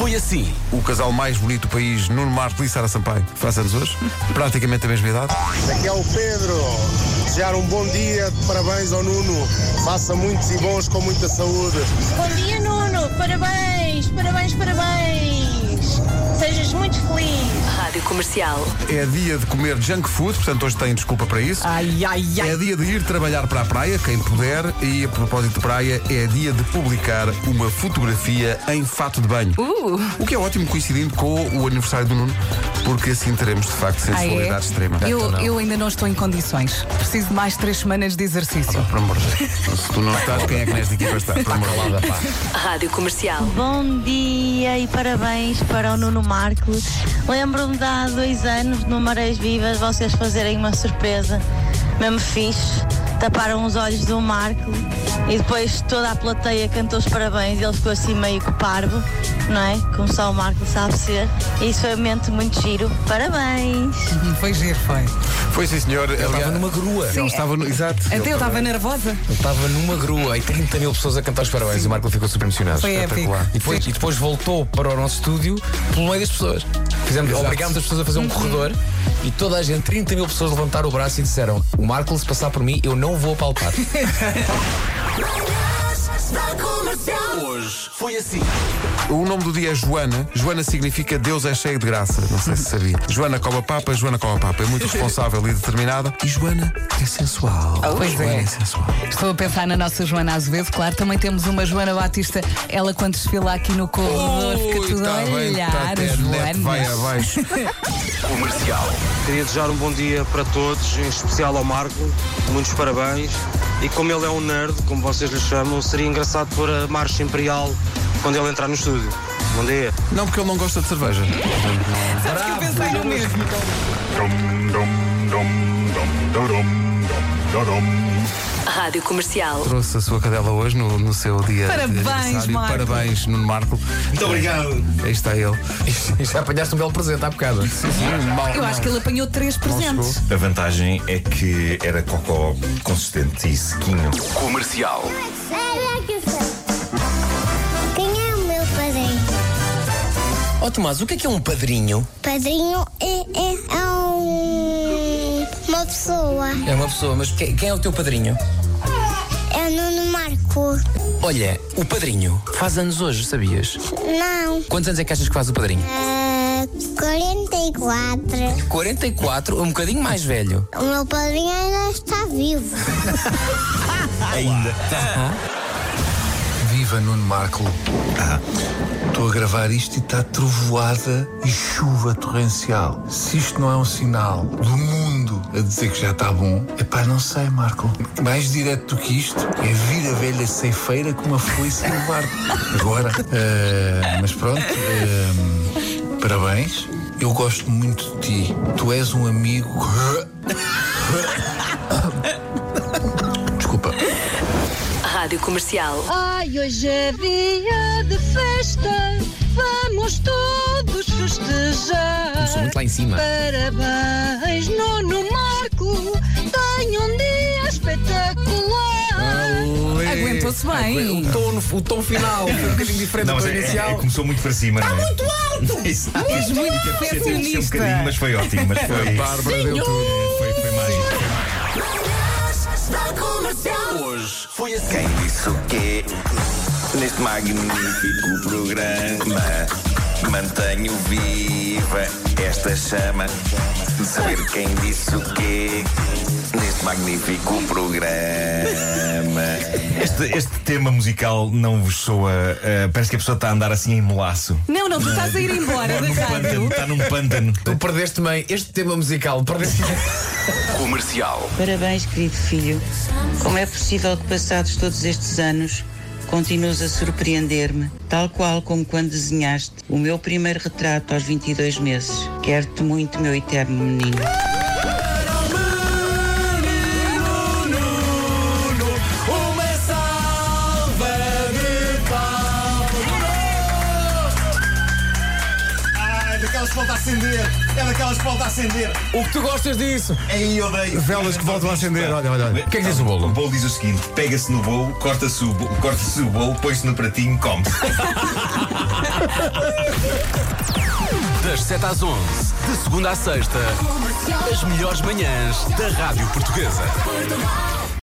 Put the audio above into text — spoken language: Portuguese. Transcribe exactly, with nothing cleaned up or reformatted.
foi assim. O casal mais bonito do país, Nuno Marco e Sara Sampaio, faz anos hoje, praticamente a mesma idade. Aqui é o Pedro. Desejar um bom dia, parabéns ao Nuno. Faça muitos e bons com muita saúde. Bom dia, Nuno. Parabéns, parabéns, parabéns. Sejas muito feliz. Rádio Comercial. É dia de comer junk food, portanto hoje tem desculpa para isso. Ai, ai, ai. É dia de ir trabalhar para a praia, quem puder, e a propósito de praia, é dia de publicar uma fotografia em fato de banho. Uh. O que é ótimo coincidindo com o aniversário do Nuno, porque assim teremos de facto sensualidade Ah, é? extrema. Eu, Então, eu ainda não estou em condições. Preciso de mais três semanas de exercício. por amor de Deus. Se tu não estás, quem é que nesta equipa está? Por amor de Deus. Rádio Comercial. Bom dia e parabéns para o Nuno Marco. Lembro-me de há dois anos, no Marés Vivas, vocês fazerem uma surpresa, mesmo fixe. Taparam os olhos do Marco e depois toda a plateia cantou os parabéns e ele ficou assim meio que parvo, não é? Como só o Marco sabe ser. E isso foi um momento muito giro. Parabéns! Foi giro, foi. Foi sim, senhor. Ele estava numa grua. Ele estava no... Exato. Até eu estava nervosa. Ele estava numa grua e trinta mil pessoas a cantar os parabéns. E o Marco ficou super emocionado. Foi épico. E depois, e depois voltou para o nosso estúdio pelo meio das pessoas. Fizemos, obrigámos as pessoas a fazer um corredor e toda a gente, trinta mil pessoas, levantaram o braço e disseram: o Marco, se passar por mim, eu não vou palpar. Hoje foi assim. O nome do dia é Joana. Joana significa Deus é cheio de graça. Não sei se sabia. Joana come papa, Joana come papa. É muito responsável e determinada. E Joana é sensual. Pois Joana é. é sensual. Estou a pensar na nossa Joana Azevedo. Claro, também temos uma Joana Batista. Ela, quando desfila aqui no corredor, fica tudo tá a bem, olhar. tá até a net vai Joana. abaixo. Comercial. Queria desejar um bom dia para todos, em especial ao Marco. Muitos parabéns. E como ele é um nerd, como vocês lhe chamam, seria engraçado pôr a marcha imperial quando ele entrar no estúdio. Bom dia. Não, porque ele não gosta de cerveja. Sabes que eu pensei no mesmo. Rádio Comercial. Trouxe a sua cadela hoje no, no seu dia Parabéns, de aniversário. Marco. Parabéns, Nuno Marco. Muito obrigado. Aí está ele. E já apanhaste um belo presente há bocado. Mal, Eu acho que ele apanhou três presentes. A vantagem é que era cocó consistente e sequinho. Comercial. Será que eu sei? Quem é o meu padrinho? Ó oh, Tomás, o que é que é um padrinho? Padrinho é, é, é um, uma pessoa. É uma pessoa, mas quem, quem é o teu padrinho? É o Nuno Marco. Olha, o padrinho faz anos hoje, sabias? Não. Quantos anos é que achas que faz o padrinho? Ah, quarenta e quatro. quarenta e quatro, um bocadinho mais velho. O meu padrinho ainda está vivo. Ainda. Viva Nuno Marco. Estou a gravar isto e está trovoada e chuva torrencial. Se isto não é um sinal do mundo a dizer que já está bom, epá, não sei, Marco. Mais direto do que isto é vir a velha ceifeira com uma foice e levar. Agora, uh, mas pronto, uh, parabéns. Eu gosto muito de ti. Tu és um amigo. Desculpa. Rádio Comercial. Ai, hoje é dia de festa. Vamos todos festejar. Começou muito lá em cima. Parabéns, Nuno Marco. Tenha um dia espetacular. Aguentou-se bem. O tom, o tom final foi um bocadinho diferente Não, do mas é, inicial. é, começou muito para cima, não é? Muito alto. Exato. És muito Desceu um perfeccionista. bocadinho, mas foi ótimo. Mas foi, A Bárbara deu tudo. foi, foi mágico. Hoje foi assim. Quem disse o quê? Neste magnífico programa mantenho viva esta chama de saber quem disse o quê neste magnífico programa. Este, este tema musical não vos soa. Uh, parece que a pessoa está a andar assim em molaço. Não, não, tu estás a ir embora da Num pântano, rádio. está num pântano. Tu perdeste bem este tema musical. Perdeste. Comercial. Parabéns, querido filho. Como é possível que, passados todos estes anos, continues a surpreender-me, tal qual como quando desenhaste o meu primeiro retrato aos vinte e dois meses. Quero-te muito, meu eterno menino. Daquelas que volta a acender. É daquelas que volta a acender. O que tu gostas disso? Aí odeio. Velas que voltam a acender. Olha, olha, olha. O que é que diz o bolo? O bolo diz o seguinte: pega-se no bolo, corta-se o, bo- corta-se o bolo, põe-se no pratinho, come-se. Das sete às onze, de segunda à sexta, as melhores manhãs da Rádio Portuguesa.